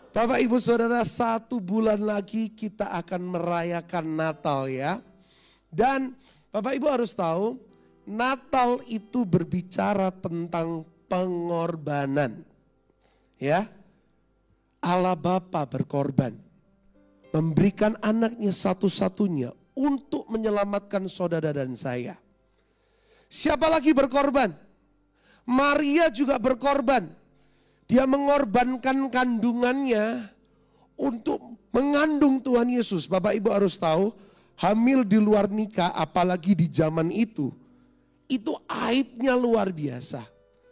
Bapak Ibu Saudara, 1 bulan lagi kita akan merayakan Natal ya. Dan Bapak Ibu harus tahu, Natal itu berbicara tentang pengorbanan. Ya, Allah Bapa berkorban, memberikan anaknya satu-satunya untuk menyelamatkan saudara dan saya. Siapa lagi berkorban? Maria juga berkorban. Dia mengorbankan kandungannya untuk mengandung Tuhan Yesus. Bapak Ibu harus tahu, hamil di luar nikah apalagi di zaman itu aibnya luar biasa.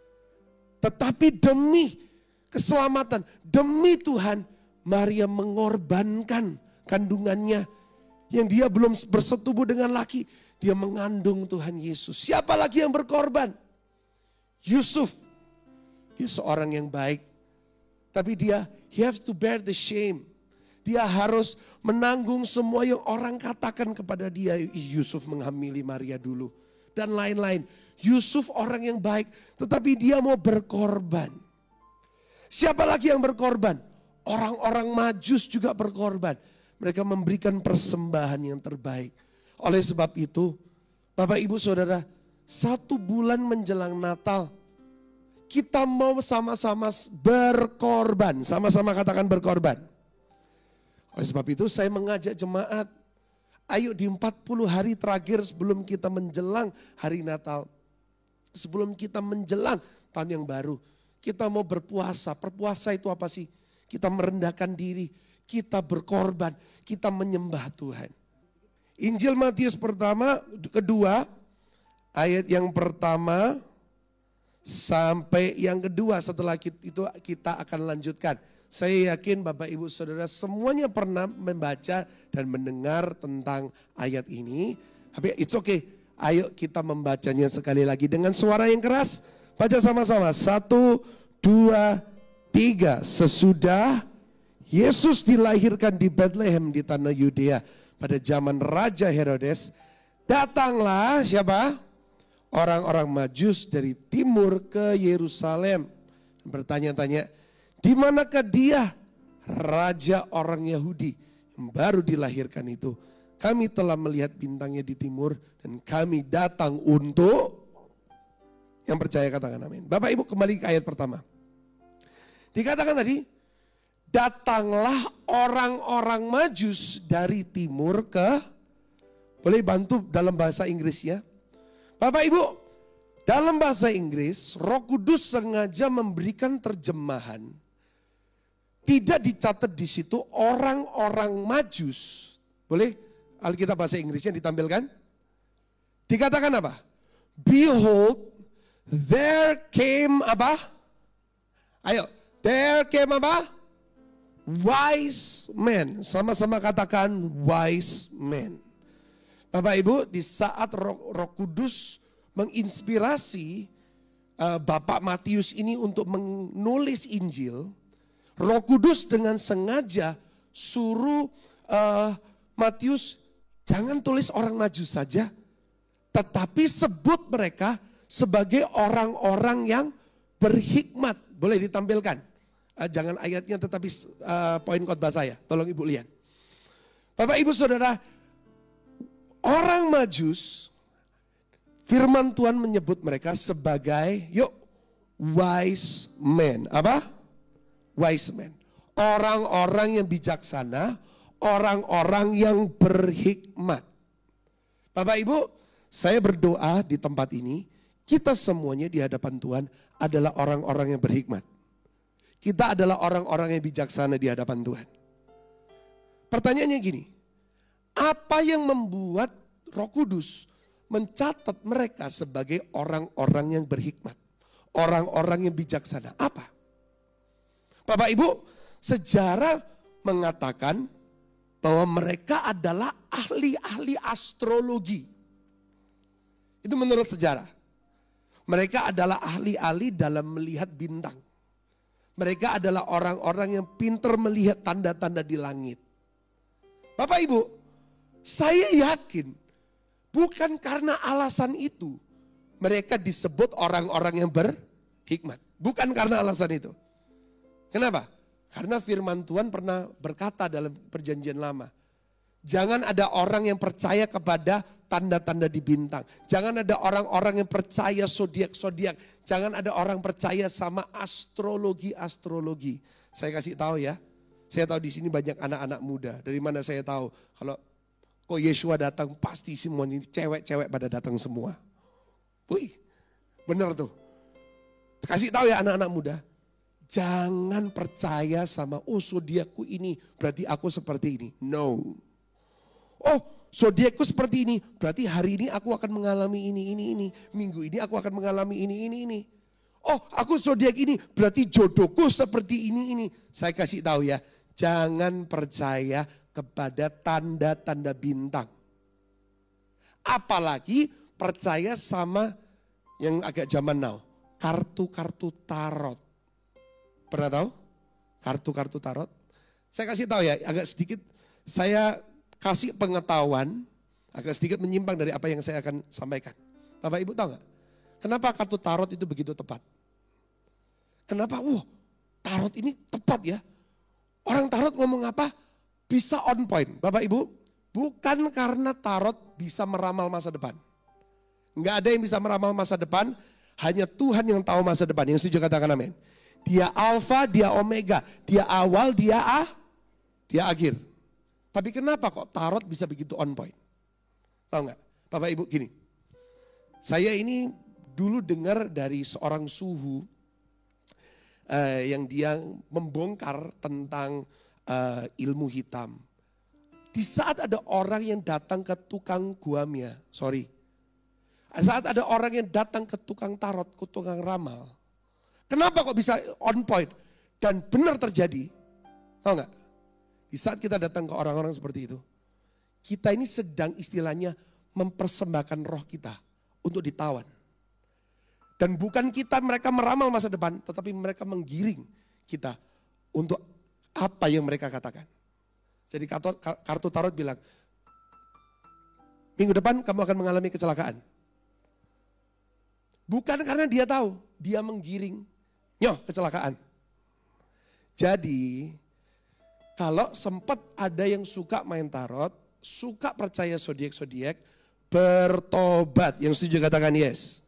Tetapi demi keselamatan, demi Tuhan, Maria mengorbankan kandungannya yang dia belum bersetubuh dengan laki. Dia mengandung Tuhan Yesus. Siapa lagi yang berkorban? Yusuf. Dia seorang yang baik, tapi he has to bear the shame. Dia harus menanggung semua yang orang katakan kepada dia. Yusuf menghamili Maria dulu dan lain-lain. Yusuf orang yang baik, tetapi dia mau berkorban. Siapa lagi yang berkorban? Orang-orang Majus juga berkorban. Mereka memberikan persembahan yang terbaik. Oleh sebab itu, Bapak Ibu Saudara, 1 bulan menjelang Natal, kita mau sama-sama berkorban. Sama-sama katakan berkorban. Oleh sebab itu saya mengajak jemaat, ayo di 40 hari terakhir sebelum kita menjelang hari Natal, sebelum kita menjelang tahun yang baru, kita mau berpuasa. Berpuasa itu apa sih? Kita merendahkan diri, kita berkorban, kita menyembah Tuhan. Injil Matius kedua, ayat yang pertama sampai yang kedua. Setelah itu kita akan lanjutkan. Saya yakin Bapak Ibu Saudara semuanya pernah membaca dan mendengar tentang ayat ini. Tapi it's okay. Ayo kita membacanya sekali lagi dengan suara yang keras. Baca sama-sama. 1, 2, 3. Sesudah Yesus dilahirkan di Bethlehem di tanah Yudea pada zaman Raja Herodes, datanglah siapa? Orang-orang Majus dari timur ke Yerusalem. Bertanya-tanya, di manakah dia? Raja orang Yahudi yang baru dilahirkan itu. Kami telah melihat bintangnya di timur dan kami datang untuk, yang percaya katakan amin. Bapak Ibu kembali ke ayat pertama. Dikatakan tadi, datanglah orang-orang Majus dari timur ke, boleh bantu dalam bahasa Inggrisnya. Bapak Ibu, dalam bahasa Inggris, Roh Kudus sengaja memberikan terjemahan. Tidak dicatat di situ orang-orang Majus. Boleh Alkitab bahasa Inggrisnya ditampilkan? Dikatakan apa? Behold, there came apa? Ayo, there came apa? Wise men. Sama-sama katakan wise men. Bapak Ibu, di saat Roh Kudus menginspirasi Bapak Matius ini untuk menulis Injil, Roh Kudus dengan sengaja suruh Matius jangan tulis orang Majus saja, tetapi sebut mereka sebagai orang-orang yang berhikmat. Boleh ditampilkan? Jangan ayatnya tetapi poin khotbah saya, tolong Ibu lihat. Bapak Ibu Saudara, orang Majus, firman Tuhan menyebut mereka sebagai, wise men. Apa? Wise men. Orang-orang yang bijaksana, orang-orang yang berhikmat. Bapak Ibu, saya berdoa di tempat ini, kita semuanya di hadapan Tuhan adalah orang-orang yang berhikmat. Kita adalah orang-orang yang bijaksana di hadapan Tuhan. Pertanyaannya gini, apa yang membuat Roh Kudus mencatat mereka sebagai orang-orang yang berhikmat, orang-orang yang bijaksana? Apa? Bapak Ibu, sejarah mengatakan bahwa mereka adalah ahli-ahli astrologi. Itu menurut sejarah. Mereka adalah ahli-ahli dalam melihat bintang. Mereka adalah orang-orang yang pintar melihat tanda-tanda di langit. Bapak Ibu, saya yakin bukan karena alasan itu mereka disebut orang-orang yang berhikmat. Bukan karena alasan itu. Kenapa? Karena firman Tuhan pernah berkata dalam perjanjian lama, jangan ada orang yang percaya kepada tanda-tanda di bintang. Jangan ada orang-orang yang percaya zodiak-zodiak. Jangan ada orang percaya sama astrologi-astrologi. Saya kasih tahu ya, saya tahu di sini banyak anak-anak muda. Dari mana saya tahu? Kalau kok Yeshua datang, pasti semua ini cewek-cewek pada datang semua. Wih, bener tuh. Kasih tahu ya anak-anak muda. Jangan percaya sama, oh zodiakku ini berarti aku seperti ini. No. Oh zodiakku seperti ini, berarti hari ini aku akan mengalami ini. Minggu ini aku akan mengalami ini. Oh aku zodiak ini, berarti jodohku seperti ini. Saya kasih tahu ya, jangan percaya kepada tanda-tanda bintang. Apalagi percaya sama yang agak zaman now, kartu-kartu tarot. Pernah tahu? Kartu-kartu tarot. Saya kasih tahu ya, agak sedikit saya kasih pengetahuan, agak sedikit menyimpang dari apa yang saya akan sampaikan. Bapak Ibu tahu nggak? Kenapa kartu tarot itu begitu tepat? Kenapa? Tarot ini tepat ya. Orang tarot ngomong apa? Bisa on point. Bapak Ibu, bukan karena tarot bisa meramal masa depan. Nggak ada yang bisa meramal masa depan, hanya Tuhan yang tahu masa depan. Yang setuju katakan amin. Dia alfa, dia omega, dia awal, dia akhir. Tapi kenapa kok tarot bisa begitu on point? Tahu nggak? Bapak Ibu gini, saya ini dulu dengar dari seorang suhu yang dia membongkar tentang ilmu hitam. Di saat ada orang yang datang ke tukang guamia, saat ada orang yang datang ke tukang tarot, ke tukang ramal, kenapa kok bisa on point dan benar terjadi? Tahu nggak? Di saat kita datang ke orang-orang seperti itu, kita ini sedang istilahnya mempersembahkan roh kita untuk ditawan. Dan bukan mereka meramal masa depan, tetapi mereka menggiring kita untuk apa yang mereka katakan. Jadi kartu tarot bilang, minggu depan kamu akan mengalami kecelakaan. Bukan karena dia tahu, dia menggiring. Kecelakaan. Jadi, kalau sempat ada yang suka main tarot, suka percaya zodiak-zodiak, bertobat. Yang setuju katakan yes.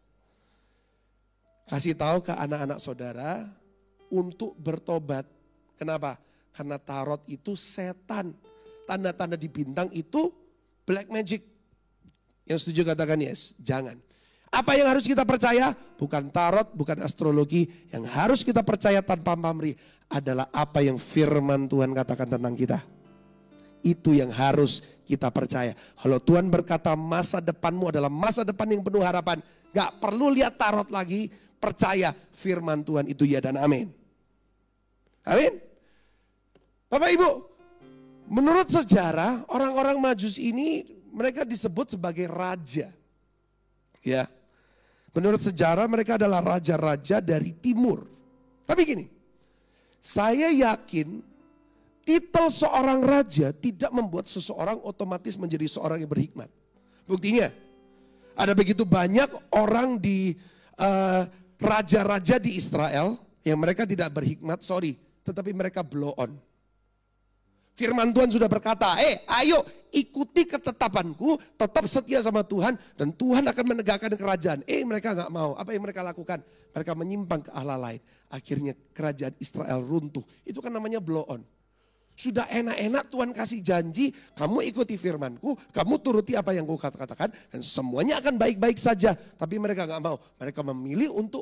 Kasih tahu ke anak-anak saudara untuk bertobat. Kenapa? Karena tarot itu setan. Tanda-tanda di bintang itu black magic. Yang setuju katakan yes. Jangan. Apa yang harus kita percaya? Bukan tarot, bukan astrologi. Yang harus kita percaya tanpa pamrih adalah apa yang firman Tuhan katakan tentang kita. Itu yang harus kita percaya. Kalau Tuhan berkata masa depanmu adalah masa depan yang penuh harapan, gak perlu lihat tarot lagi, percaya firman Tuhan itu ya dan amin. Amin. Bapak Ibu, menurut sejarah orang-orang Majus ini mereka disebut sebagai raja. Ya. Menurut sejarah mereka adalah raja-raja dari timur. Tapi gini, saya yakin titel seorang raja tidak membuat seseorang otomatis menjadi seorang yang berhikmat. Buktinya, ada begitu banyak orang di raja-raja di Israel yang mereka tidak berhikmat, tetapi mereka blow on. Firman Tuhan sudah berkata, ayo ikuti ketetapanku, tetap setia sama Tuhan dan Tuhan akan menegakkan kerajaan. Mereka gak mau, apa yang mereka lakukan? Mereka menyimpang ke Allah lain. Akhirnya kerajaan Israel runtuh. Itu kan namanya blow on. Sudah enak-enak Tuhan kasih janji, kamu ikuti firmanku, kamu turuti apa yang aku katakan dan semuanya akan baik-baik saja. Tapi mereka gak mau, mereka memilih untuk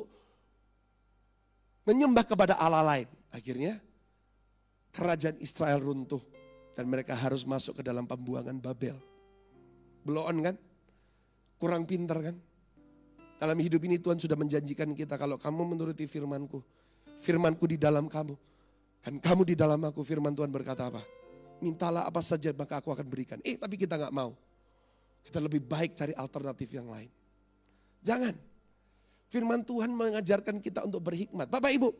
menyembah kepada Allah lain. Akhirnya kerajaan Israel runtuh dan mereka harus masuk ke dalam pembuangan Babel. Blow on kan? Kurang pintar kan? Dalam hidup ini Tuhan sudah menjanjikan kita kalau kamu menuruti firmanku, firmanku di dalam kamu, kan kamu di dalam aku. Firman Tuhan berkata apa? Mintalah apa saja maka aku akan berikan. Tapi kita gak mau. Kita lebih baik cari alternatif yang lain. Jangan. Firman Tuhan mengajarkan kita untuk berhikmat. Bapak Ibu,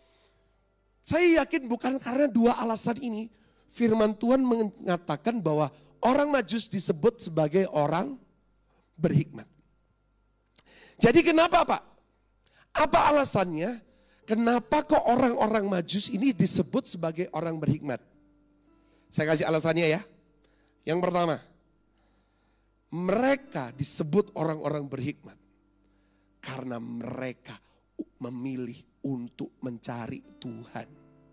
saya yakin bukan karena dua alasan ini, firman Tuhan mengatakan bahwa orang Majus disebut sebagai orang berhikmat. Jadi kenapa Pak? Apa alasannya? Kenapa kok orang-orang Majus ini disebut sebagai orang berhikmat? Saya kasih alasannya ya. Yang pertama, mereka disebut orang-orang berhikmat karena mereka memilih untuk mencari Tuhan.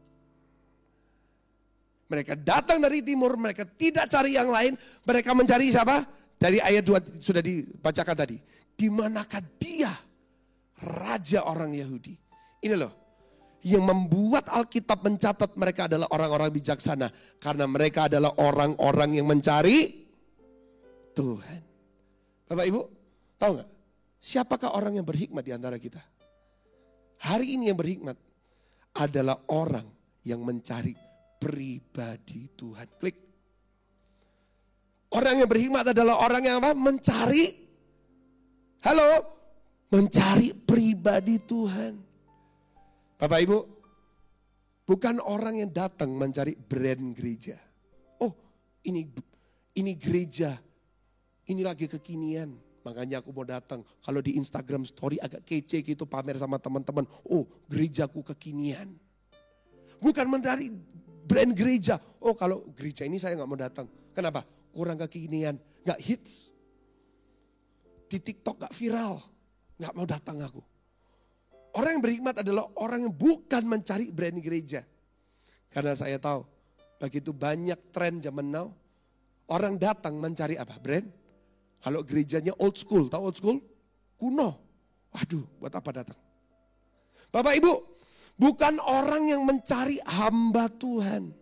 Mereka datang dari timur, mereka tidak cari yang lain, mereka mencari siapa? Dari ayat 2 sudah dibacakan tadi. Di manakah dia, raja orang Yahudi? Ini loh, yang membuat Alkitab mencatat mereka adalah orang-orang bijaksana. Karena mereka adalah orang-orang yang mencari Tuhan. Bapak Ibu, tahu gak? Siapakah orang yang berhikmat di antara kita? Hari ini yang berhikmat adalah orang yang mencari pribadi Tuhan. Klik. Orang yang berhikmat adalah orang yang apa? Mencari pribadi Tuhan. Bapak Ibu, bukan orang yang datang mencari brand gereja. Oh, ini gereja, ini lagi kekinian, makanya aku mau datang. Kalau di Instagram story agak kece gitu, pamer sama teman-teman. Oh, gerejaku kekinian. Bukan mencari brand gereja. Oh, kalau gereja ini saya gak mau datang. Kenapa? Kurang kekinian, gak hits. Di TikTok gak viral, gak mau datang aku. Orang yang berhikmat adalah orang yang bukan mencari brand gereja. Karena saya tahu, begitu banyak tren zaman now, orang datang mencari apa? Brand. Kalau gerejanya old school, tahu old school? Kuno. Waduh, buat apa datang? Bapak Ibu, bukan orang yang mencari hamba Tuhan.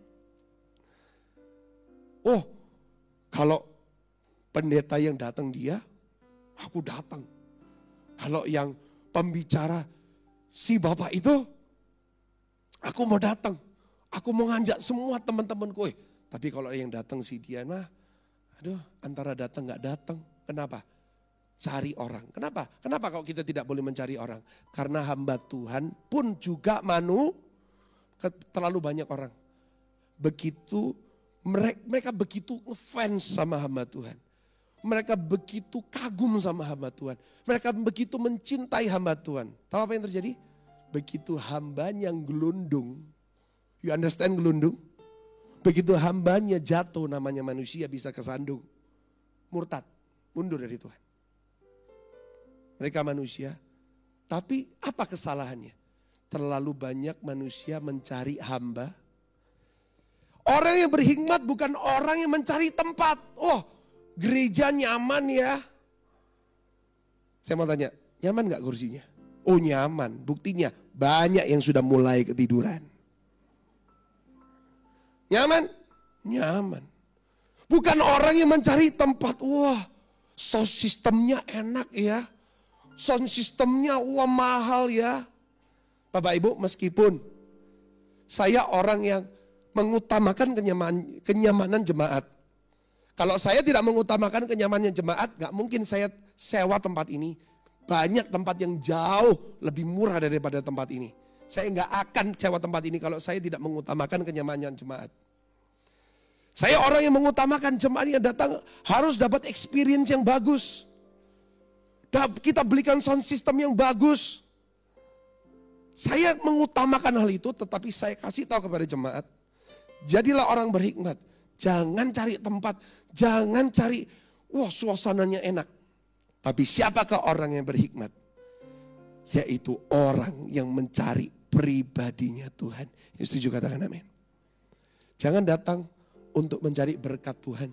Oh, kalau pendeta yang datang dia, aku datang. Kalau yang pembicara si bapak itu, aku mau datang. Aku mau ngajak semua teman-temanku. Tapi kalau yang datang si dia mah, aduh antara datang gak datang. Kenapa? Cari orang. Kenapa? Kenapa kalau kita tidak boleh mencari orang? Karena hamba Tuhan pun juga terlalu banyak orang. Begitu, mereka begitu ngefans sama hamba Tuhan. Mereka begitu kagum sama hamba Tuhan. Mereka begitu mencintai hamba Tuhan. Tahu apa yang terjadi? Begitu hambanya gelundung. You understand gelundung? Begitu hambanya jatuh, namanya manusia bisa kesandung. Murtad, mundur dari Tuhan. Mereka manusia, tapi apa kesalahannya? Terlalu banyak manusia mencari hamba. Orang yang berhikmat bukan orang yang mencari tempat. Oh, gereja nyaman ya. Saya mau tanya, nyaman gak kursinya? Oh nyaman, buktinya banyak yang sudah mulai ketiduran. Nyaman? Nyaman. Bukan orang yang mencari tempat, wah sound systemnya enak ya. Sound systemnya wah mahal ya. Bapak Ibu, meskipun saya orang yang mengutamakan kenyamanan jemaat. Kalau saya tidak mengutamakan kenyamanan jemaat, gak mungkin saya sewa tempat ini. Banyak tempat yang jauh lebih murah daripada tempat ini. Saya gak akan sewa tempat ini kalau saya tidak mengutamakan kenyamanan jemaat. Saya orang yang mengutamakan jemaat yang datang harus dapat experience yang bagus. Kita belikan sound system yang bagus. Saya mengutamakan hal itu, tetapi saya kasih tahu kepada jemaat. Jadilah orang berhikmat. Jangan cari tempat, jangan cari, wah suasananya enak. Tapi siapakah orang yang berhikmat? Yaitu orang yang mencari pribadinya Tuhan. Yang setuju katakan amin. Jangan datang untuk mencari berkat Tuhan.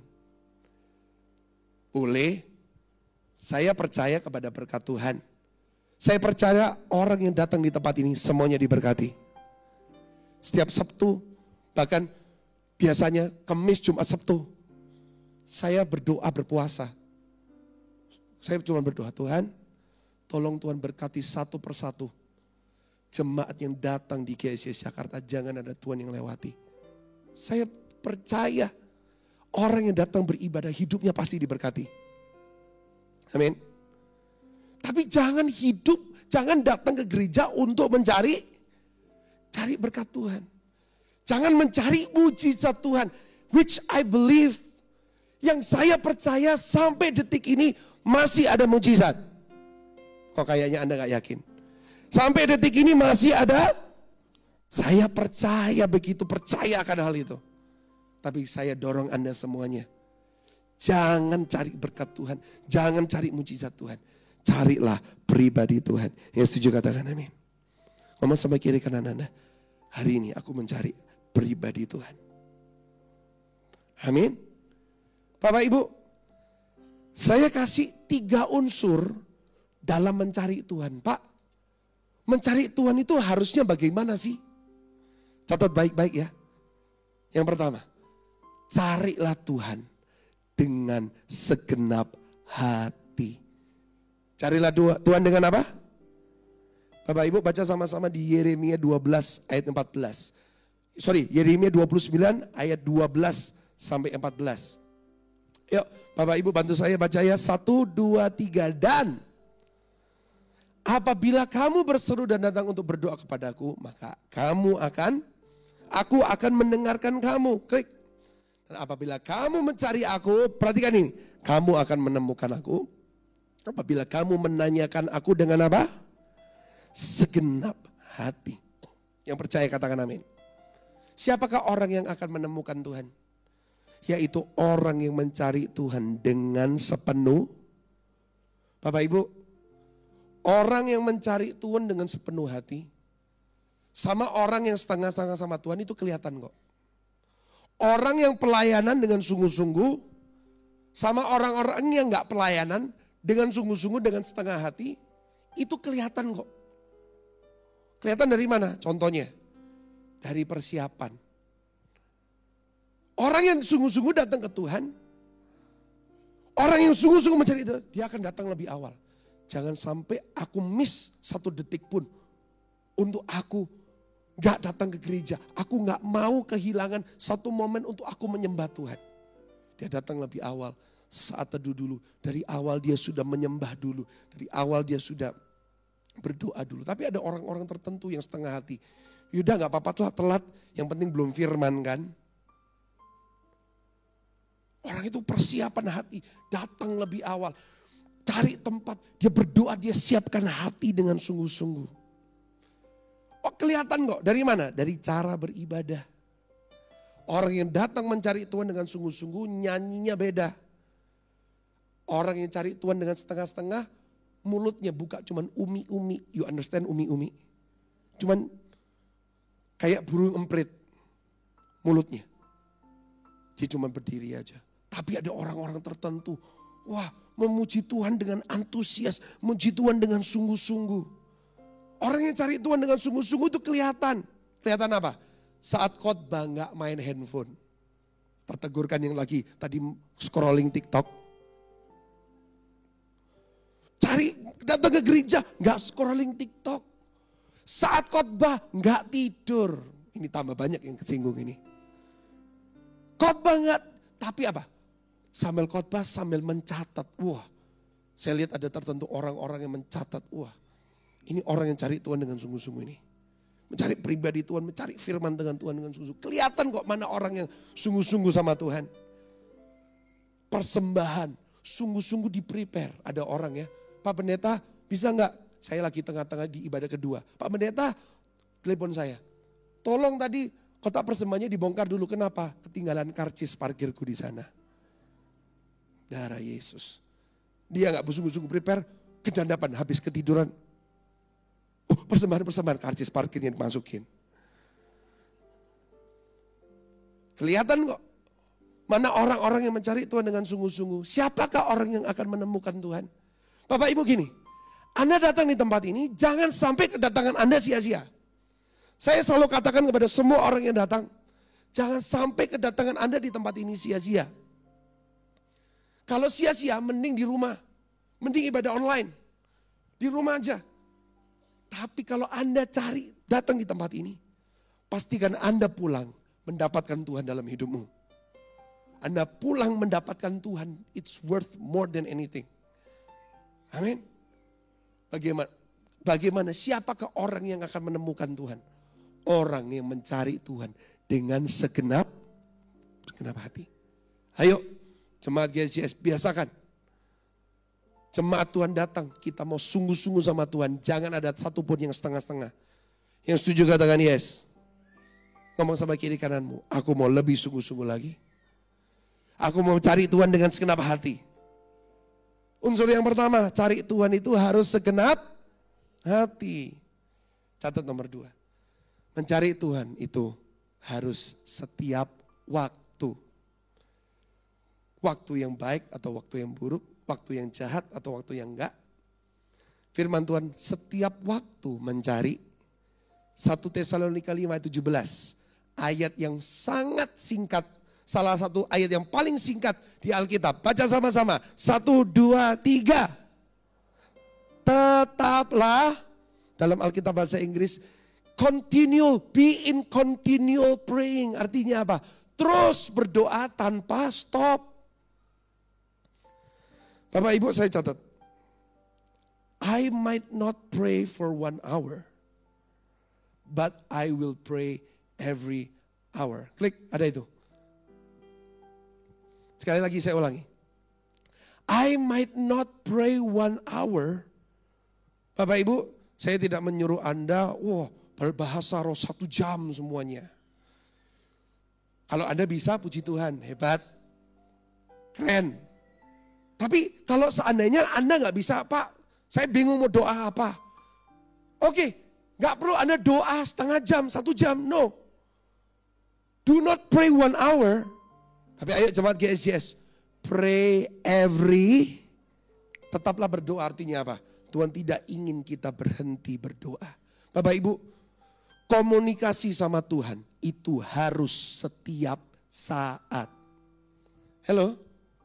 Saya percaya kepada berkat Tuhan. Saya percaya orang yang datang di tempat ini semuanya diberkati. Setiap Sabtu, bahkan biasanya Kamis, Jumat, Sabtu, saya berdoa berpuasa. Saya cuma berdoa, Tuhan, tolong Tuhan berkati satu persatu jemaat yang datang di GIC Jakarta, jangan ada Tuhan yang lewati. Saya percaya orang yang datang beribadah hidupnya pasti diberkati. Amin. Tapi jangan datang ke gereja untuk cari berkat Tuhan. Jangan mencari mujizat Tuhan, which I believe, yang saya percaya sampai detik ini masih ada mujizat. Kok kayaknya Anda gak yakin? Sampai detik ini masih ada. Saya percaya, begitu percaya akan hal itu. Tapi saya dorong Anda semuanya. Jangan cari berkat Tuhan. Jangan cari mujizat Tuhan. Carilah pribadi Tuhan. Yang setuju katakan amin. Ngomong sama kiri kanan Anda. Hari ini aku mencari pribadi Tuhan. Amin. Bapak Ibu. Saya kasih 3 unsur dalam mencari Tuhan. Pak, mencari Tuhan itu harusnya bagaimana sih? Catat baik-baik ya. Yang pertama, carilah Tuhan dengan segenap hati. Carilah Tuhan dengan apa? Bapak Ibu baca sama-sama di Yeremia 12 ayat 14. Yeremia 29 ayat 12 sampai 14. Yuk Bapak Ibu bantu saya baca ya. 1, 2, 3. Dan apabila kamu berseru dan datang untuk berdoa kepadaku, maka aku akan mendengarkan kamu. Klik. Dan apabila kamu mencari aku, perhatikan ini. Kamu akan menemukan aku. Apabila kamu menanyakan aku dengan apa? Segenap hati. Yang percaya katakan amin. Siapakah orang yang akan menemukan Tuhan? Yaitu orang yang mencari Tuhan dengan sepenuh. Bapak Ibu, orang yang mencari Tuhan dengan sepenuh hati, sama orang yang setengah-setengah sama Tuhan itu kelihatan kok. Orang yang pelayanan dengan sungguh-sungguh, sama orang-orang yang gak pelayanan dengan sungguh-sungguh, dengan setengah hati, itu kelihatan kok. Kelihatan dari mana? Contohnya, dari persiapan. Orang yang sungguh-sungguh datang ke Tuhan, orang yang sungguh-sungguh mencari Tuhan, dia akan datang lebih awal. Jangan sampai aku miss 1 detik pun untuk aku gak datang ke gereja. Aku gak mau kehilangan 1 momen untuk aku menyembah Tuhan. Dia datang lebih awal, saat teduh dulu. Dari awal dia sudah menyembah dulu. Dari awal dia sudah berdoa dulu. Tapi ada orang-orang tertentu yang setengah hati. Yaudah gak apa-apa telat, yang penting belum firman kan. Orang itu persiapan hati, datang lebih awal. Cari tempat, dia berdoa, dia siapkan hati dengan sungguh-sungguh. Oh kelihatan kok, dari mana? Dari cara beribadah. Orang yang datang mencari Tuhan dengan sungguh-sungguh nyanyinya beda. Orang yang cari Tuhan dengan setengah-setengah, mulutnya buka cuman umi-umi. You understand umi-umi? Cuman kayak burung emprit mulutnya. Dia cuma berdiri aja. Tapi ada orang-orang tertentu, wah memuji Tuhan dengan antusias, memuji Tuhan dengan sungguh-sungguh. Orang yang cari Tuhan dengan sungguh-sungguh itu kelihatan. Kelihatan apa? Saat khotbah nggak main handphone. Tertegurkan yang lagi tadi scrolling TikTok. Datang ke gereja nggak scrolling TikTok. Saat khotbah nggak tidur. Ini tambah banyak yang kesinggung ini. Khotbah nggak, tapi apa? Sambil khotbah sambil mencatat. Wah, saya lihat ada tertentu orang-orang yang mencatat. Wah, ini orang yang cari Tuhan dengan sungguh-sungguh ini. Mencari pribadi Tuhan, mencari firman dengan Tuhan dengan sungguh-sungguh. Kelihatan kok mana orang yang sungguh-sungguh sama Tuhan. Persembahan, sungguh-sungguh di-prepare. Ada orang ya, Pak Pendeta bisa nggak? Saya lagi tengah-tengah di ibadah kedua. Pak Pendeta, telepon saya. Tolong tadi kotak persembahannya dibongkar dulu. Kenapa? Ketinggalan karcis parkirku di sana. Darah Yesus. Dia nggak bersungguh-sungguh prepare, kedandapan habis ketiduran. Oh, persembahan karcis parkirnya dimasukin. Kelihatan kok. Mana orang-orang yang mencari Tuhan dengan sungguh-sungguh. Siapakah orang yang akan menemukan Tuhan? Bapak Ibu gini, Anda datang di tempat ini, jangan sampai kedatangan Anda sia-sia. Saya selalu katakan kepada semua orang yang datang, jangan sampai kedatangan Anda di tempat ini sia-sia. Kalau sia-sia, mending di rumah. Mending ibadah online. Di rumah aja. Tapi kalau Anda datang di tempat ini, pastikan Anda pulang mendapatkan Tuhan dalam hidupmu. Anda pulang mendapatkan Tuhan, it's worth more than anything. Amin. Bagaimana? Siapakah orang yang akan menemukan Tuhan? Orang yang mencari Tuhan dengan segenap hati. Ayo, jemaat GSJS biasakan. Jemaat Tuhan datang, kita mau sungguh-sungguh sama Tuhan. Jangan ada satupun yang setengah-setengah. Yang setuju katakan yes. Ngomong sama kiri kananmu, aku mau lebih sungguh-sungguh lagi. Aku mau cari Tuhan dengan segenap hati. Unsur yang pertama, cari Tuhan itu harus segenap hati. Catat nomor 2. Mencari Tuhan itu harus setiap waktu. Waktu yang baik atau waktu yang buruk, waktu yang jahat atau waktu yang enggak. Firman Tuhan setiap waktu mencari. 1 Tesalonika 5 ayat 17. Ayat yang sangat singkat. Salah satu ayat yang paling singkat di Alkitab. Baca sama-sama. 1, 2, 3. Tetaplah, dalam Alkitab bahasa Inggris, continue, be in continual praying. Artinya apa? Terus berdoa tanpa stop. Bapak Ibu saya catat. I might not pray for 1 hour. But I will pray every hour. Klik, ada itu. Sekali lagi saya ulangi. I might not pray 1 hour. Bapak Ibu, saya tidak menyuruh Anda, berbahasa roh 1 jam semuanya. Kalau Anda bisa, puji Tuhan, hebat, keren. Tapi kalau seandainya Anda nggak bisa, Pak, saya bingung mau doa apa. Oke, nggak perlu Anda doa setengah jam, 1 jam, no. Do not pray 1 hour. Tapi ayo jemaat GSJS, pray every. Tetaplah berdoa, artinya apa? Tuhan tidak ingin kita berhenti berdoa. Bapak Ibu, komunikasi sama Tuhan itu harus setiap saat. Halo?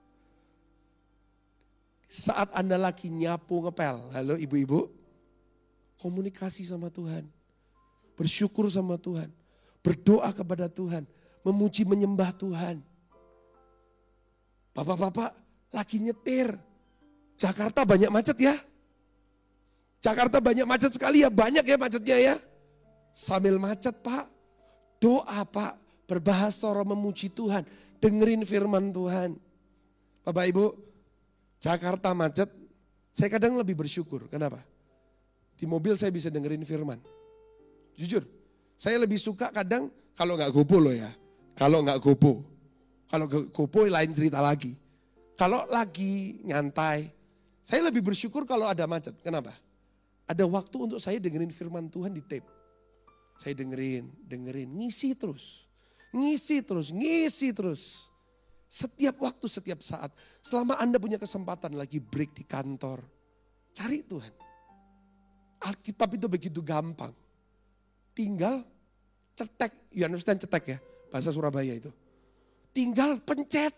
Saat Anda lagi nyapu ngepel, halo ibu-ibu, komunikasi sama Tuhan. Bersyukur sama Tuhan. Berdoa kepada Tuhan. Memuji menyembah Tuhan. Bapak-bapak lagi nyetir. Jakarta banyak macet ya. Jakarta banyak macet sekali ya. Banyak ya macetnya ya. Sambil macet Pak. Doa Pak. Berbahasa roh memuji Tuhan. Dengerin firman Tuhan. Bapak Ibu. Jakarta macet. Saya kadang lebih bersyukur. Kenapa? Di mobil saya bisa dengerin firman. Jujur. Saya lebih suka kadang kalau nggak gopo loh ya. Kalau nggak gopo. Kalau gopo lain cerita lagi. Kalau lagi nyantai. Saya lebih bersyukur kalau ada macet. Kenapa? Ada waktu untuk saya dengerin firman Tuhan di tape. Saya dengerin. Ngisi terus. Ngisi terus. Setiap waktu, setiap saat. Selama Anda punya kesempatan lagi break di kantor. Cari Tuhan. Alkitab itu begitu gampang. Tinggal cetek, you understand cetek ya, bahasa Surabaya itu. Tinggal pencet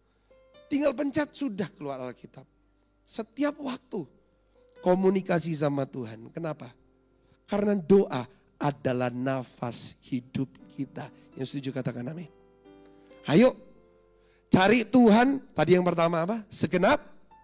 sudah keluar Alkitab. Setiap waktu komunikasi sama Tuhan. Kenapa? Karena doa adalah nafas hidup kita. Yang setuju katakan amin. Ayo cari Tuhan, tadi yang pertama apa? Segenap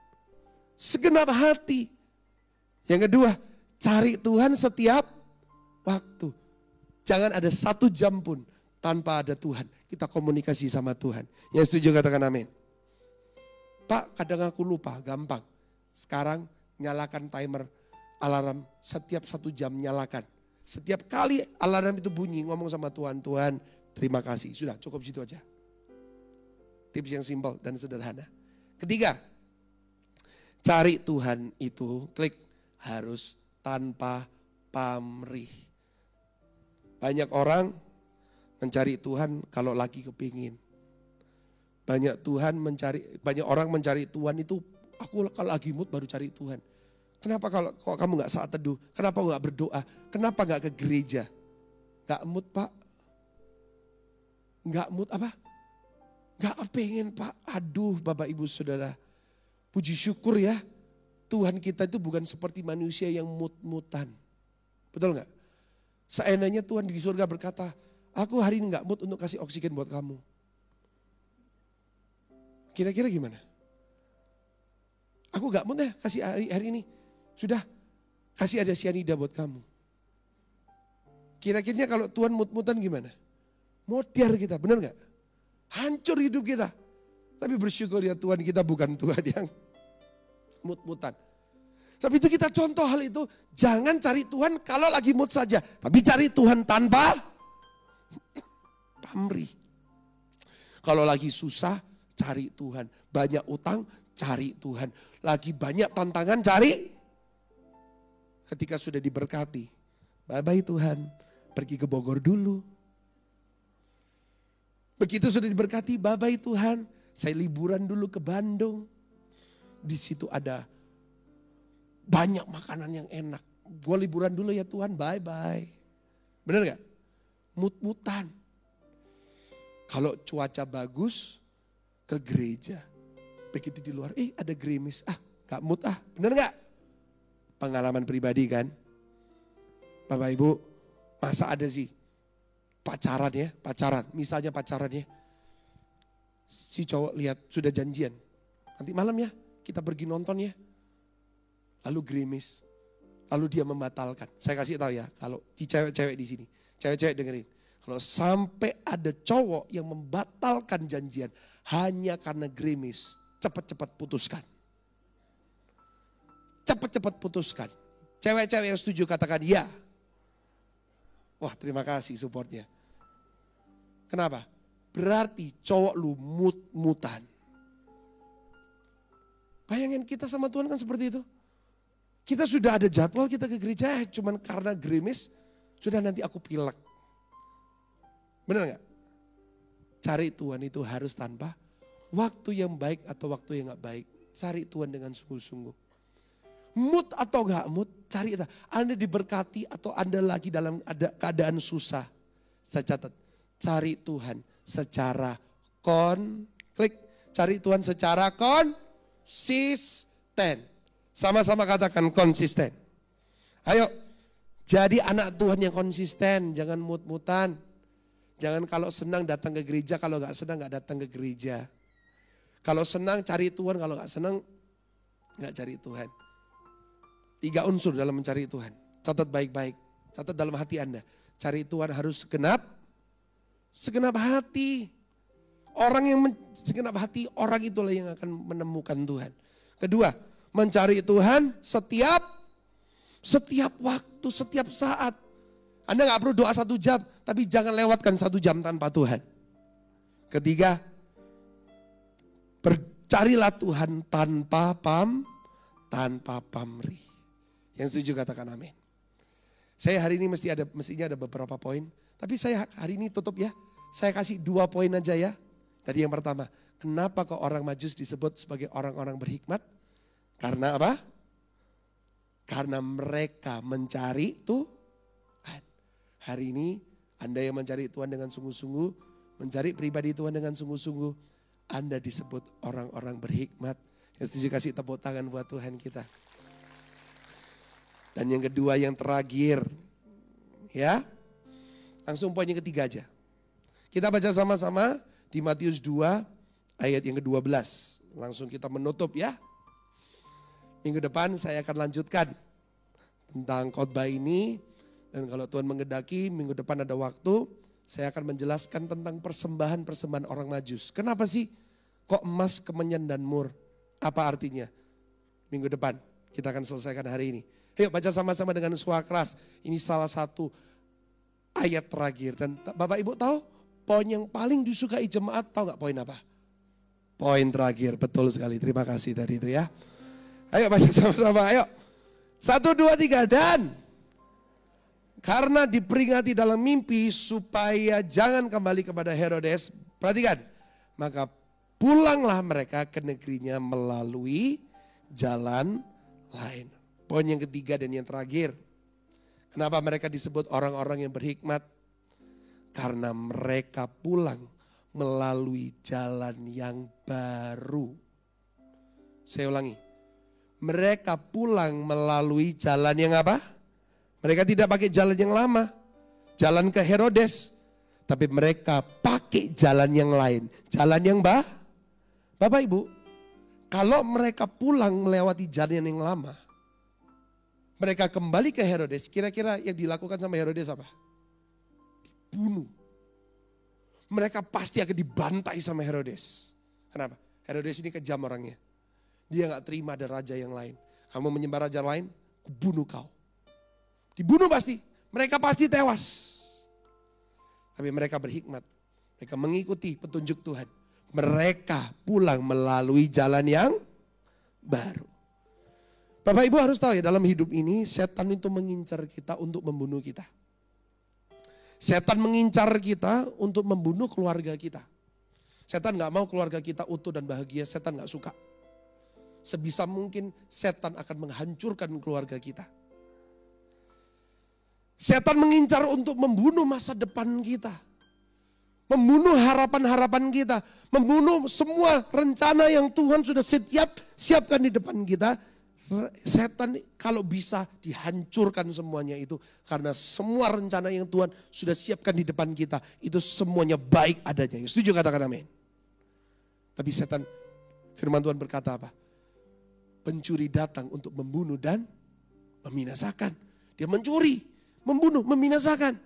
hati. Yang kedua, cari Tuhan setiap waktu. Jangan ada 1 jam pun tanpa ada Tuhan. Kita komunikasi sama Tuhan. Yang setuju katakan amin. Pak, kadang aku lupa, gampang. Sekarang nyalakan timer alarm setiap 1 jam nyalakan. Setiap kali alarm itu bunyi ngomong sama Tuhan, Tuhan terima kasih. Sudah cukup situ aja. Tips yang simpel dan sederhana. Ketiga, cari Tuhan itu klik harus tanpa pamrih. Banyak orang mencari Tuhan kalau lagi kepingin. Banyak orang mencari Tuhan itu, aku kalau lagi mood baru cari Tuhan. Kenapa kok kamu gak saat teduh? Kenapa gak berdoa? Kenapa gak ke gereja? Gak mood Pak. Gak mood apa? Gak pengen Pak. Aduh Bapak Ibu Saudara. Puji syukur ya. Tuhan kita itu bukan seperti manusia yang mood-moodan. Betul gak? Seandainya Tuhan di surga berkata, aku hari ini gak mood untuk kasih oksigen buat kamu. Kira-kira gimana? Aku gak mood ya kasih hari ini. Sudah, kasih ada cyanida buat kamu. Kira-kira kalau Tuhan mood-moodan gimana? Modiar kita, benar gak? Hancur hidup kita. Tapi bersyukur ya Tuhan kita bukan Tuhan yang Mut-mutan. Sebab itu kita contoh hal itu, jangan cari Tuhan kalau lagi mood saja. Tapi cari Tuhan tanpa pamrih. Kalau lagi susah, cari Tuhan. Banyak utang, cari Tuhan. Lagi banyak tantangan, cari. Ketika sudah diberkati, bye-bye Tuhan, pergi ke Bogor dulu. Begitu sudah diberkati, bye-bye Tuhan, saya liburan dulu ke Bandung. Di situ ada banyak makanan yang enak. Gue liburan dulu ya Tuhan, bye-bye. Bener gak? Mut-mutan. Kalau cuaca bagus, ke gereja. Begitu di luar, ada gerimis. Gak mood bener gak? Pengalaman pribadi kan? Bapak Ibu, masa ada sih pacaran. Misalnya pacaran ya. Si cowok lihat sudah janjian. Nanti malam ya, kita pergi nonton ya. Lalu gerimis. Lalu dia membatalkan. Saya kasih tahu ya, kalau di cewek-cewek di sini. Cewek-cewek dengerin. Kalau sampai ada cowok yang membatalkan janjian hanya karena gerimis, cepat-cepat putuskan. Cepat-cepat putuskan. Cewek-cewek yang setuju katakan ya. Wah, terima kasih supportnya. Kenapa? Berarti cowok lu mut-mutan. Bayangin kita sama Tuhan kan seperti itu. Kita sudah ada jadwal kita ke gereja, cuman karena gerimis, sudah nanti aku pilek. Benar gak? Cari Tuhan itu harus tanpa waktu yang baik atau waktu yang gak baik. Cari Tuhan dengan sungguh-sungguh. Mood atau gak mood, cari itu. Anda diberkati atau Anda lagi dalam keadaan susah. Saya catat, cari Tuhan secara cari Tuhan secara konsisten. Sama-sama katakan konsisten. Ayo, jadi anak Tuhan yang konsisten, jangan mut-mutan. Jangan kalau senang datang ke gereja, kalau gak senang gak datang ke gereja. Kalau senang cari Tuhan, kalau gak senang gak cari Tuhan. 3 unsur dalam mencari Tuhan. Catat baik-baik, catat dalam hati Anda. Cari Tuhan harus segenap hati. Orang yang segenap hati, orang itulah yang akan menemukan Tuhan. Kedua, mencari Tuhan setiap waktu, setiap saat. Anda gak perlu doa 1 jam, tapi jangan lewatkan 1 jam tanpa Tuhan. Ketiga, carilah Tuhan tanpa pamrih. Yang setuju katakan amin. Saya hari ini mestinya ada beberapa poin, tapi saya hari ini tutup ya. Saya kasih 2 poin aja ya. Tadi yang pertama, kenapa kok orang Majus disebut sebagai orang-orang berhikmat? Karena apa? Karena mereka mencari Tuhan. Hari ini Anda yang mencari Tuhan dengan sungguh-sungguh, mencari pribadi Tuhan dengan sungguh-sungguh, Anda disebut orang-orang berhikmat. Yang setuju kasih tepuk tangan buat Tuhan kita. Dan yang kedua, yang terakhir, ya, langsung poin yang ketiga aja. Kita baca sama-sama di Matius 2 ayat yang ke-12. Langsung kita menutup ya. Minggu depan saya akan lanjutkan tentang khotbah ini. Dan kalau Tuhan menghendaki minggu depan ada waktu, saya akan menjelaskan tentang persembahan-persembahan orang Majus. Kenapa sih kok emas, kemenyan dan mur? Apa artinya? Minggu depan kita akan selesaikan hari ini. Ayo baca sama-sama dengan suara keras. Ini salah satu ayat terakhir. Dan Bapak Ibu tahu poin yang paling disukai jemaat, tahu gak poin apa? Poin terakhir, betul sekali. Terima kasih tadi itu ya. Ayo baca sama-sama, ayo. 1, 2, 3 dan... Karena diperingati dalam mimpi supaya jangan kembali kepada Herodes. Perhatikan, maka pulanglah mereka ke negerinya melalui jalan lain. Poin yang ketiga dan yang terakhir. Kenapa mereka disebut orang-orang yang berhikmat? Karena mereka pulang melalui jalan yang baru. Saya ulangi. Mereka pulang melalui jalan yang apa? Mereka tidak pakai jalan yang lama, jalan ke Herodes. Tapi mereka pakai jalan yang lain, jalan yang Bapak Ibu, kalau mereka pulang melewati jalan yang lama, mereka kembali ke Herodes, kira-kira yang dilakukan sama Herodes apa? Dibunuh. Mereka pasti akan dibantai sama Herodes. Kenapa? Herodes ini kejam orangnya. Dia gak terima ada raja yang lain. Kamu menyembah raja lain, kubunuh kau. Dibunuh pasti, mereka pasti tewas. Tapi mereka berhikmat, mereka mengikuti petunjuk Tuhan. Mereka pulang melalui jalan yang baru. Bapak Ibu harus tahu ya, dalam hidup ini setan itu mengincar kita untuk membunuh kita. Setan mengincar kita untuk membunuh keluarga kita. Setan gak mau keluarga kita utuh dan bahagia, setan gak suka. Sebisa mungkin setan akan menghancurkan keluarga kita. Setan mengincar untuk membunuh masa depan kita. Membunuh harapan-harapan kita. Membunuh semua rencana yang Tuhan sudah siapkan di depan kita. Setan kalau bisa dihancurkan semuanya itu. Karena semua rencana yang Tuhan sudah siapkan di depan kita. Itu semuanya baik adanya. Setuju, katakan amin. Tapi setan, firman Tuhan berkata apa? Pencuri datang untuk membunuh dan membinasakan. Dia mencuri, membunuh, membinasakan.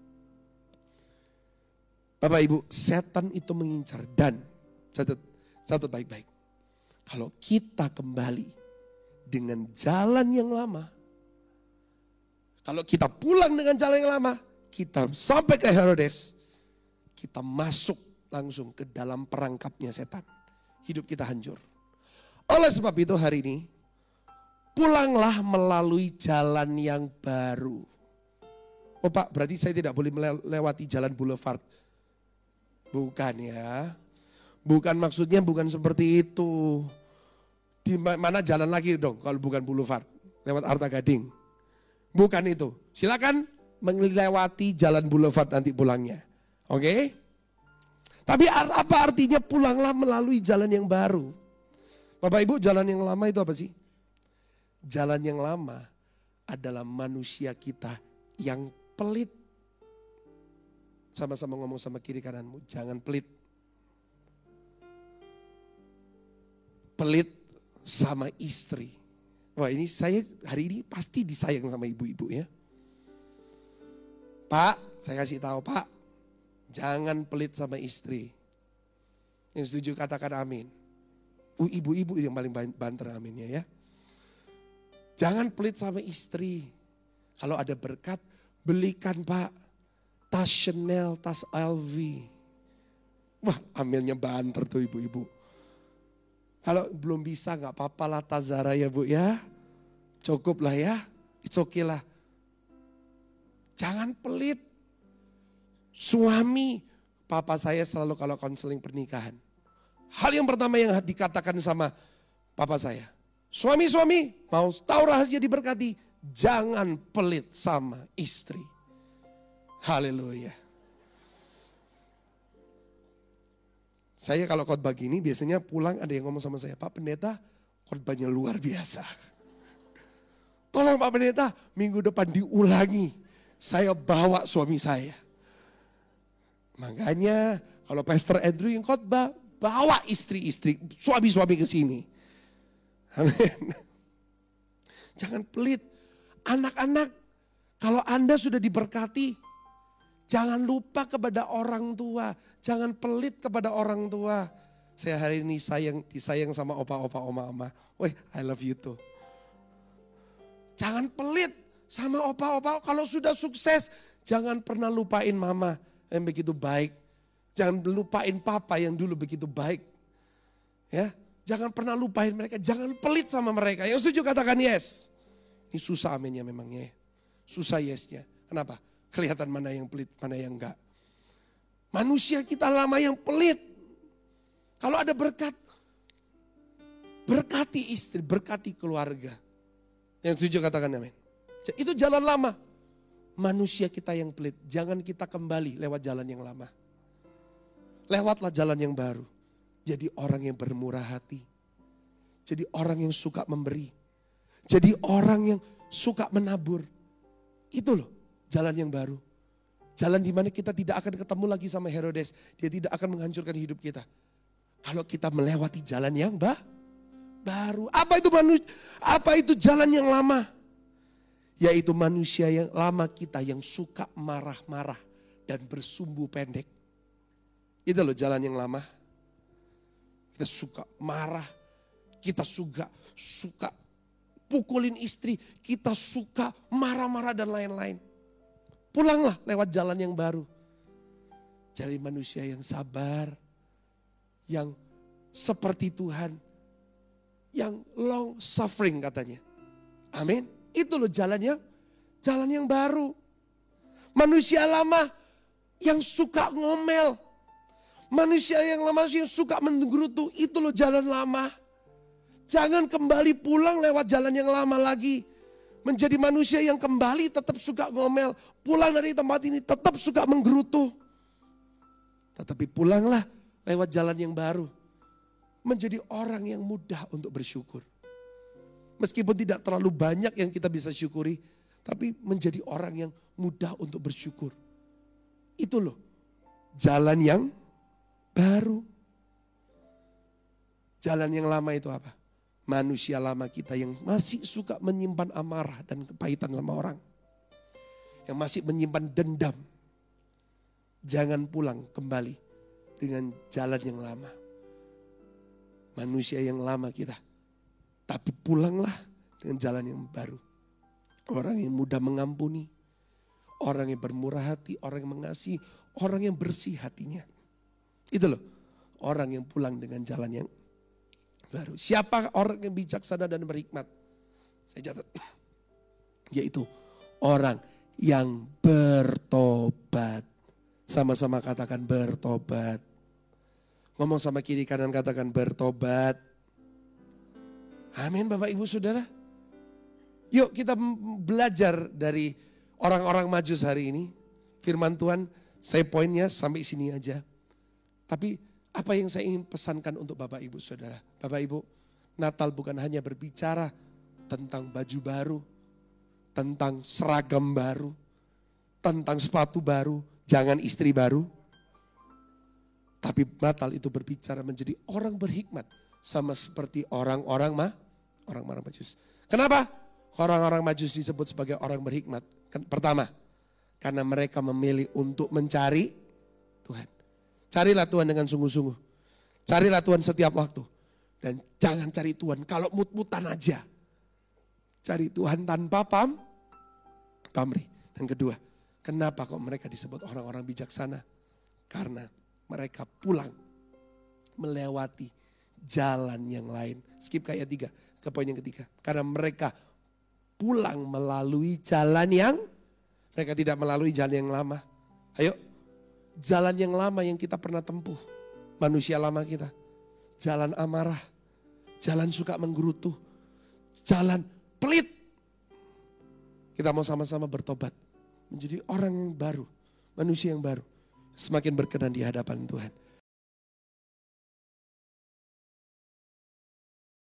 Bapak Ibu, setan itu mengincar dan catat baik-baik. Kalau kita kembali dengan jalan yang lama, kalau kita pulang dengan jalan yang lama, kita sampai ke Herodes, kita masuk langsung ke dalam perangkapnya setan. Hidup kita hancur. Oleh sebab itu hari ini, pulanglah melalui jalan yang baru. Oh Pak, berarti saya tidak boleh melewati jalan boulevard. Bukan ya. Bukan, maksudnya bukan seperti itu. Di mana jalan lagi dong kalau bukan boulevard? Lewat Arta Gading. Bukan itu. Silakan melewati jalan boulevard nanti pulangnya. Oke? Tapi apa artinya pulanglah melalui jalan yang baru? Bapak Ibu, jalan yang lama itu apa sih? Jalan yang lama adalah manusia kita yang pelit. Sama-sama ngomong sama kiri kananmu, jangan pelit. Pelit sama istri. Wah, ini saya hari ini pasti disayang sama ibu-ibu ya. Pak, saya kasih tahu Pak, jangan pelit sama istri. Yang setuju katakan amin. Ibu-ibu yang paling banter aminnya ya. Jangan pelit sama istri. Kalau ada berkat, belikan Pak tas Chanel, tas LV. Wah, aminnya banter tuh ibu-ibu. Kalau belum bisa gak apa-apa lah tas Zara ya Bu ya. Cukup lah ya, it's okay lah. Jangan pelit. Suami, papa saya selalu kalau konseling pernikahan. Hal yang pertama yang dikatakan sama papa saya. Suami-suami mau tahu rahasia diberkati. Jangan pelit sama istri. Haleluya. Saya kalau khotbah gini biasanya pulang ada yang ngomong sama saya. Pak Pendeta khotbahnya luar biasa. Tolong Pak Pendeta minggu depan diulangi. Saya bawa suami saya. Makanya kalau Pastor Andrew yang khotbah, bawa istri-istri, suami-suami ke sini. Amin. Jangan pelit. Anak-anak, kalau Anda sudah diberkati, jangan lupa kepada orang tua. Jangan pelit kepada orang tua. Saya hari ini disayang sama opa-opa, oma-oma. Weh, I love you too. Jangan pelit sama opa-opa. Kalau sudah sukses, jangan pernah lupain mama yang begitu baik. Jangan lupain papa yang dulu begitu baik. Ya, jangan pernah lupain mereka. Jangan pelit sama mereka. Yang setuju katakan yes. Ini susah aminnya memangnya. Susah yesnya. Kenapa? Kelihatan mana yang pelit, mana yang enggak. Manusia kita lama yang pelit. Kalau ada berkat, berkati istri, berkati keluarga. Yang setuju katakan amin. Itu jalan lama. Manusia kita yang pelit. Jangan kita kembali lewat jalan yang lama. Lewatlah jalan yang baru. Jadi orang yang bermurah hati. Jadi orang yang suka memberi. Jadi orang yang suka menabur. Itu loh jalan yang baru. Jalan di mana kita tidak akan ketemu lagi sama Herodes. Dia tidak akan menghancurkan hidup kita. Kalau kita melewati jalan yang baru. Apa itu jalan yang lama? Yaitu manusia yang lama kita yang suka marah-marah dan bersumbu pendek. Itu loh jalan yang lama. Kita suka marah Kita suka pukulin istri, kita suka marah-marah dan lain-lain. Pulanglah lewat jalan yang baru. Jadi manusia yang sabar, yang seperti Tuhan, yang long suffering katanya. Amin. Itu loh jalan yang baru. Manusia lama yang suka ngomel. Manusia yang lama yang suka menggerutu, itu loh jalan lama. Jangan kembali pulang lewat jalan yang lama lagi. Menjadi manusia yang kembali tetap suka ngomel. Pulang dari tempat ini tetap suka menggerutu. Tetapi pulanglah lewat jalan yang baru. Menjadi orang yang mudah untuk bersyukur. Meskipun tidak terlalu banyak yang kita bisa syukuri. Tapi menjadi orang yang mudah untuk bersyukur. Itu loh jalan yang baru. Jalan yang lama itu apa? Manusia lama kita yang masih suka menyimpan amarah dan kepahitan sama orang. Yang masih menyimpan dendam. Jangan pulang kembali dengan jalan yang lama. Manusia yang lama kita. Tapi pulanglah dengan jalan yang baru. Orang yang mudah mengampuni. Orang yang bermurah hati, orang yang mengasihi, orang yang bersih hatinya. Itu loh, orang yang pulang dengan jalan yang baru. Siapa orang yang bijaksana dan berhikmat? Saya catat. Yaitu orang yang bertobat. Sama-sama katakan bertobat. Ngomong sama kiri kanan katakan bertobat. Amin Bapak Ibu Saudara. Yuk kita belajar dari orang-orang Majus hari ini. Firman Tuhan, saya poinnya sampai sini aja. Tapi apa yang saya ingin pesankan untuk Bapak Ibu Saudara. Bapak Ibu, Natal bukan hanya berbicara tentang baju baru, tentang seragam baru, tentang sepatu baru, jangan istri baru. Tapi Natal itu berbicara menjadi orang berhikmat. Sama seperti orang-orang Majus. Kenapa orang-orang Majus disebut sebagai orang berhikmat? Pertama, karena mereka memilih untuk mencari Tuhan. Carilah Tuhan dengan sungguh-sungguh. Carilah Tuhan setiap waktu. Dan jangan cari Tuhan kalau mut-mutan aja. Cari Tuhan tanpa pamrih. Dan kedua, kenapa kok mereka disebut orang-orang bijaksana? Karena mereka pulang melewati jalan yang lain. Skip ke ayat 3, ke poin yang ketiga. Karena mereka pulang melalui jalan yang, mereka tidak melalui jalan yang lama. Ayo, jalan yang lama yang kita pernah tempuh. Manusia lama kita. Jalan amarah. Jalan suka menggerutu. Jalan pelit. Kita mau sama-sama bertobat. Menjadi orang yang baru. Manusia yang baru. Semakin berkenan di hadapan Tuhan.